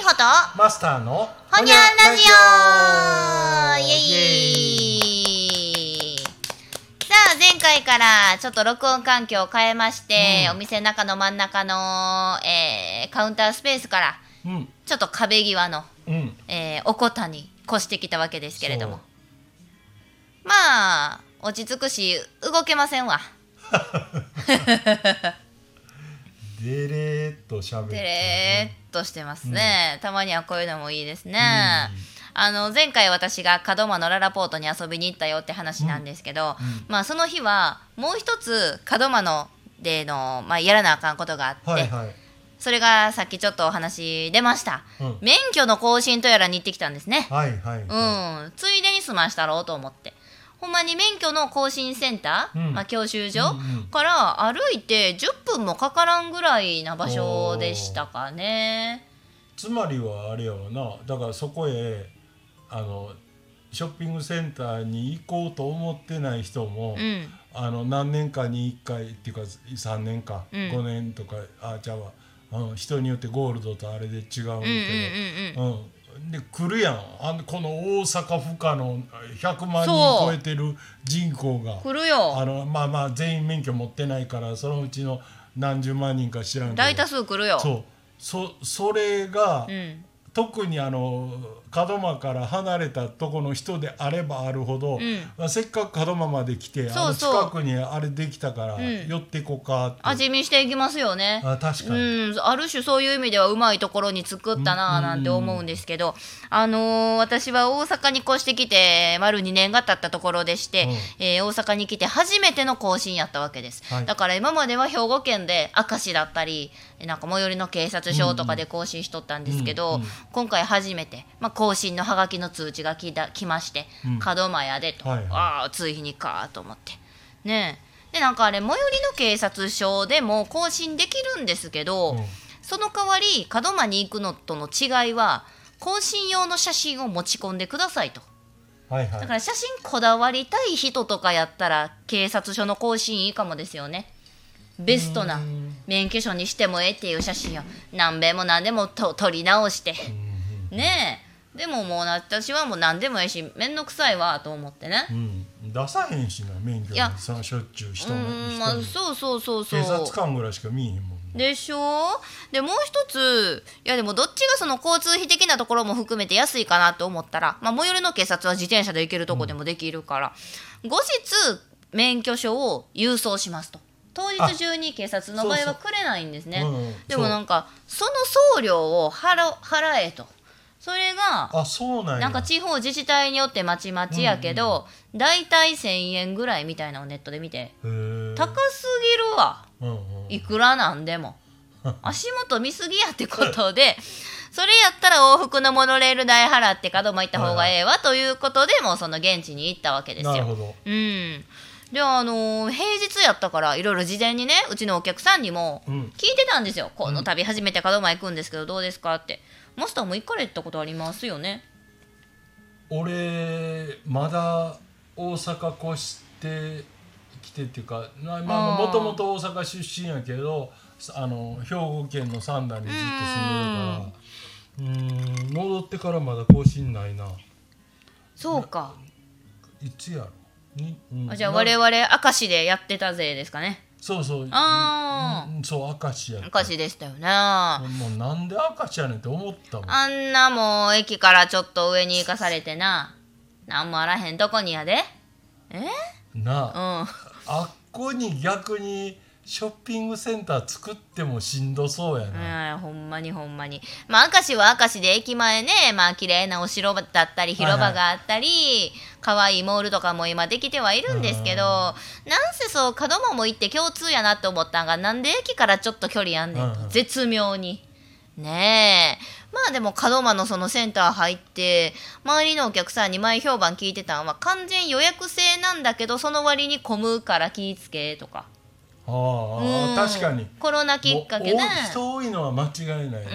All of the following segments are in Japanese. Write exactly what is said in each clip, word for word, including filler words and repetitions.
ほとマスターのほにゃんラジオイエイ。さあ前回からちょっと録音環境を変えまして、うん、お店の中の真ん中の、えー、カウンタースペースから、うん、ちょっと壁際の、うんえー、おこたに越してきたわけですけれども、まあ落ち着くし動けませんわデレーっとしゃべって、 デレーっとしてますね、うん、たまにはこういうのもいいですね、うん、あの前回私が門真のララポートに遊びに行ったよって話なんですけど、うんうん、まあその日はもう一つ門真のでの、まあ、やらなあかんことがあって、はいはい、それがさっきちょっとお話出ました、うん、免許の更新とやらに行ってきたんですね、はいはいはい、うん、ついでに済ましたろうと思ってほんまに免許の更新センター、うんまあ、教習所、うんうん、から歩いてじゅっぷんもかからんぐらいな場所でしたかね。 つまりはあれやわな、だからそこへあのショッピングセンターに行こうと思ってない人も、うん、あの何年かにいっかいっていうかさんねんか、うん、ごねんとかあちゃうわ、うん、人によってゴールドとあれで違うんけど、うんうんうんうんで来るやんあのこの大阪府下のひゃくまんにん超えてる人口が来るよあのまあまあ全員免許持ってないからそのうちの何十万人か知らんけど大多数来るよそう そ, それが、うん特にあの門真から離れたとこの人であればあるほど、うんまあ、せっかく門真まで来てそうそうあの近くにあれできたから、うん、寄っていこうかって味見していきますよね。 あ確かに、 うん、ある種そういう意味ではうまいところに作ったななんて思うんですけど、うん、あのー、私は大阪に越してきて丸にねんが経ったところでして、うんえー、大阪に来て初めての更新やったわけです、はい、だから今までは兵庫県で明石だったりなんか最寄りの警察署とかで更新しとったんですけど、うんうん、今回初めて、まあ、更新のハガキの通知が来た来まして、うん、門真やでと、はいはい、ああついにかと思ってねえでなんかあれ最寄りの警察署でも更新できるんですけど、うん、その代わり門真に行くのとの違いは更新用の写真を持ち込んでくださいと、はいはい、だから写真こだわりたい人とかやったら警察署の更新いいかもですよね。ベストな免許証にしてもええっていう写真を何べんも何でもと撮り直してねえでももう私はもう何でもええしめんどくさいわと思ってね、うん、 出さへんしな免許にそのしょっちゅう人のうんまあそうそうそうそう警察官ぐらいしか見えへんもん、ね、 でしょでもう一ついやでもどっちがその交通費的なところも含めて安いかなと思ったら、まあ、最寄りの警察は自転車で行けるとこでもできるから、うん、後日免許証を郵送しますと当日中に警察の場合はくれないんですね。そうそう、うん、でもなんかその送料を払、払えとそれがあそうなんやなんか地方自治体によってまちまちやけど、うんうん、だいたいせんえんぐらいみたいなのをネットで見て高すぎるわ、うんうん、いくらなんでも足元見すぎやってことでそれやったら往復のモノレール代払って門真行った方がええわ、はいはい、ということでもうその現地に行ったわけですよ。 なるほど、 うんであのー、平日やったからいろいろ事前にねうちのお客さんにも聞いてたんですよ、うん、この旅初めて門真行くんですけどどうですかってマスターも行かれたことありますよね。 俺まだ大阪越してきてっていうかもともと大阪出身やけどあの兵庫県の三田にずっと住んでるからうーん戻ってからまだ更新ないな。 そうかいつやろうん、あじゃあ我々明石でやってたぜですかね。 そうそうあ、 うん、そう明石や明石でしたよね。 もうなんで明石やねんって思ったもん。 あんなもう駅からちょっと上に行かされてななんもあらへんとこにやでえなあ、うん、あっこに逆にショッピングセンター作ってもしんどそうやな、 うん、ほんまにほんまにまあ明石は明石で駅前ねまあ綺麗なお城だったり広場があったり、はいはい可愛いモールとかも今できてはいるんですけどなんせそう門真も行って共通やなって思ったんがなんで駅からちょっと距離あんねんと、うんうん、絶妙にねえまあでも門真のそのセンター入って周りのお客さんに前評判聞いてたのは完全予約制なんだけどその割に混むから気ぃつけとかああ、うん、確かにコロナきっかけで人多いのは間違いないな、うんうん、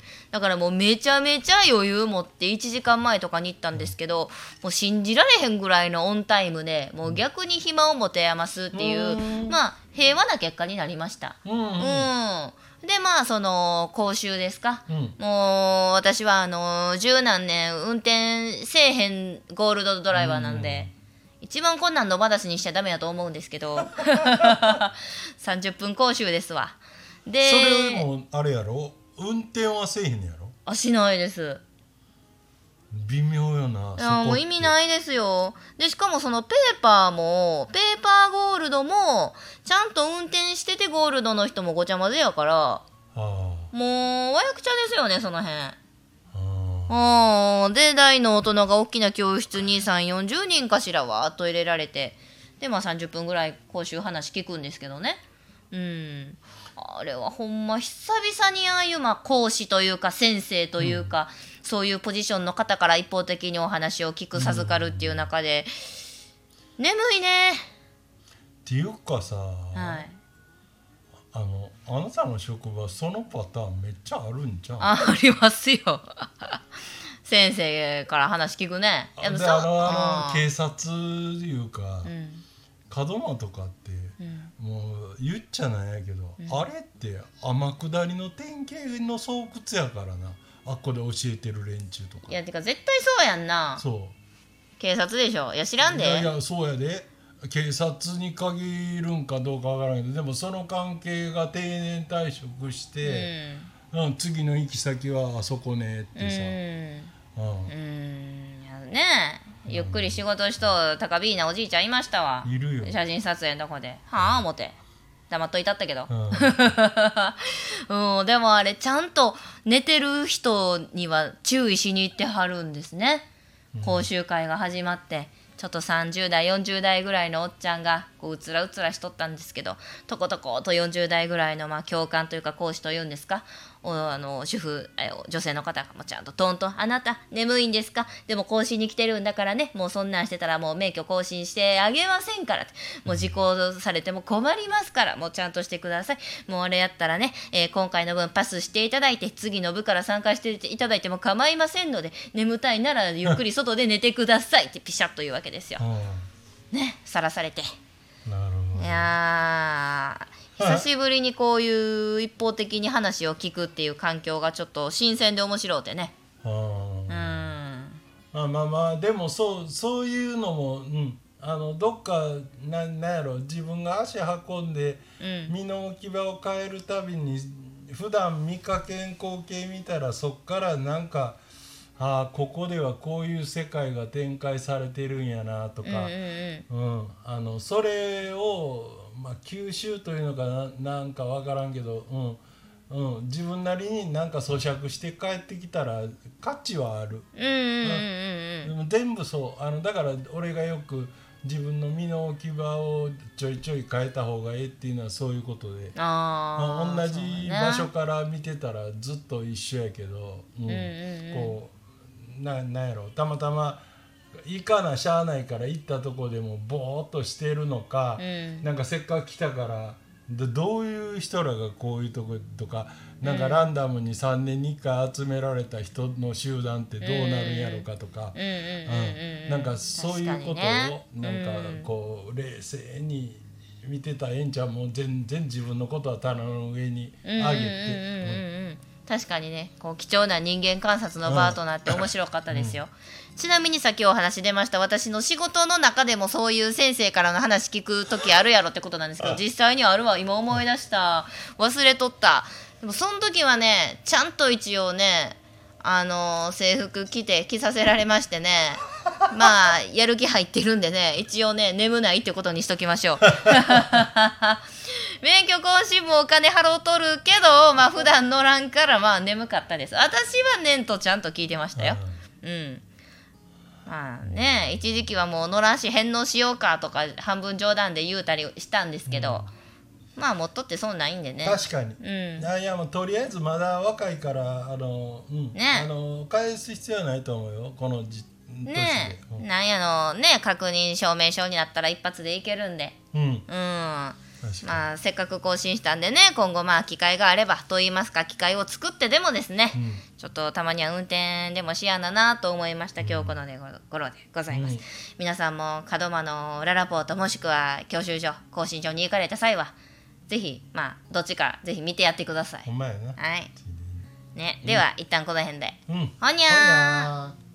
だからもうめちゃめちゃ余裕持っていちじかんまえとかに行ったんですけど、うん、もう信じられへんぐらいのオンタイムでもう逆に暇を持て余すっていう、うん、まあ平和な結果になりました、うんうんうん、 でまあその講習ですか、 うん、 もう私はあの十何年運転せえへんゴールドドライバーなんで、うん、一番こんなん野放しにしちゃダメやと思うんですけどさんじゅっぷん講習ですわ。でそれもあれやろ、運転はせえへんやろ。 あしないです。 微妙よな。 いやもう意味ないですよ。でしかもそのペーパーもペーパーゴールドもちゃんと運転しててゴールドの人もごちゃ混ぜやから、はあ、もうわやくちゃですよねその辺。はあ、で大の大人が大きな教室にさんじゅうよんじゅうにんかしらわーっと入れられて、でまあさんじゅっぷんぐらい講習話聞くんですけどね。うんあれはほんま久々にああいうまあ講師というか先生というか、うん、そういうポジションの方から一方的にお話を聞く授かるっていう中で、うん、眠いねっていうかさ、はい、あのあなたの職場そのパターンめっちゃあるんじゃん。 あ, ありますよ先生から話聞くね。 であのあの警察いうか、うん、門真とかって、うん、もう言っちゃないやけど、うん、あれって天下りの典型の巣窟やからな、あっこで教えてる連中とか。 いやてか絶対そうやんな。 そう警察でしょ。いや知らんで。 いやいやそうやで、警察に限るんかどうかわからないけど、でもその関係が定年退職して、うんうん、次の行き先はあそこねってさ、うん、うん、 うんねえゆっくり仕事しと高ビーなおじいちゃんいましたわ。 いるよ。 写真撮影のとこではあ思って黙っといたったけど、うんうん、でもあれちゃんと寝てる人には注意しに行ってはるんですね、うん、講習会が始まってちょっとさんじゅう代よんじゅう代ぐらいのおっちゃんがこううつらうつらしとったんですけど、とことことよんじゅう代ぐらいのまあ教官というか講師というんですか、おあの主婦女性の方がもうちゃんとトントン、あなた眠いんですか、でも更新に来てるんだからね、もうそんなんしてたらもう免許更新してあげませんから、もう時効されても困りますから、もうちゃんとしてください、もうあれやったらね、えー、今回の分パスしていただいて次の部から参加していただいても構いませんので、眠たいならゆっくり外で寝てくださいってピシャッと言うわけですよね、さらされて。 なるほど。 いや久しぶりにこういう一方的に話を聞くっていう環境がちょっと新鮮で面白うてね。 あ、うん、まあまあまあでもそうそういうのも、うん、あのどっかななんやろ、自分が足運んで、うん、身の置き場を変えるたびに普段見かけん光景見たらそっからなんか、ああここではこういう世界が展開されてるんやなとか、うんうんうんうん、あのそれを、まあ、吸収というのか な, なんか分からんけど、うんうん、自分なりになんか咀嚼して帰ってきたら価値はある、うんうんうんうん、でも全部そうあのだから俺がよく自分の身の置き場をちょいちょい変えた方がええっていうのはそういうことで、あ、まあ、同じ場所から見てたらずっと一緒やけど、うんうんうんうん、こうな, なんやろたまたま行かなしゃあないから行ったとこでもボーっとしてるのか、うん、なんかせっかく来たからでどういう人らがこういうとことかなんかランダムにさんねんにいっかい集められた人の集団ってどうなるんやろかとか、なんかそういうことをなんかこう冷静に見てたえんちゃんも全然自分のことは棚の上に上げて。 確かにね、こう貴重な人間観察の場となって面白かったですよ、うん、ちなみにさっきお話出ました私の仕事の中でもそういう先生からの話聞く時あるやろってことなんですけど、実際にはあるわ。今思い出した、忘れとった。でもその時はねちゃんと一応ねあの制服着て着させられましてねまあやる気入ってるんでね一応ね眠ないってことにしときましょう免許更新もお金払うとるけどまあ普段乗らんからまあ眠かったです。私はねんとちゃんと聞いてましたよ。うんまあね一時期はもう乗らんし返納しようかとか半分冗談で言うたりしたんですけど、うん、まあもっとってそうないんでね。 確かに、うん、いやいやもうとりあえずまだ若いからあの、うんね、あの返す必要はないと思うよこの時ねえ、うん、なんやのね確認証明書になったら一発でいけるんで、うん、うんまあ、せっかく更新したんでね今後まあ機会があればと言いますか機会を作ってでもですね、うん、ちょっとたまには運転でもしやだなと思いました、うん、今日この頃でございます、うん、皆さんも門真のララポートもしくは教習所更新所に行かれた際はぜひまあどっちかぜひ見てやってください。 ほんまやな。 はいね、では、うん、一旦この辺で、 うん、 ほにゃー。